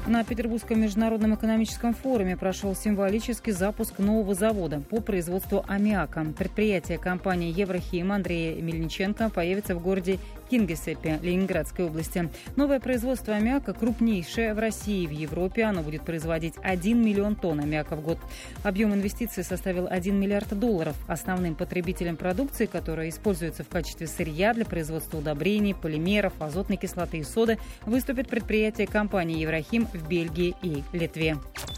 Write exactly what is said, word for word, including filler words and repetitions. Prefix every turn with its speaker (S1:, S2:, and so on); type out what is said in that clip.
S1: На Петербургском международном экономическом форуме прошел символический запуск нового завода по производству аммиака. Предприятие компании «Еврохим» Андрея Мельниченко появится в городе Кингисеппе Ленинградской области. Новое производство аммиака крупнейшее в России и в Европе. Оно будет производить один миллион тонн аммиака в год. Объем инвестиций составил один миллиард долларов. Основным потребителем продукции, которая используется в качестве сырья для производства удобрений, полимеров, азотной кислоты и соды, выступит предприятие компании «Еврохим» в Бельгии и Литве.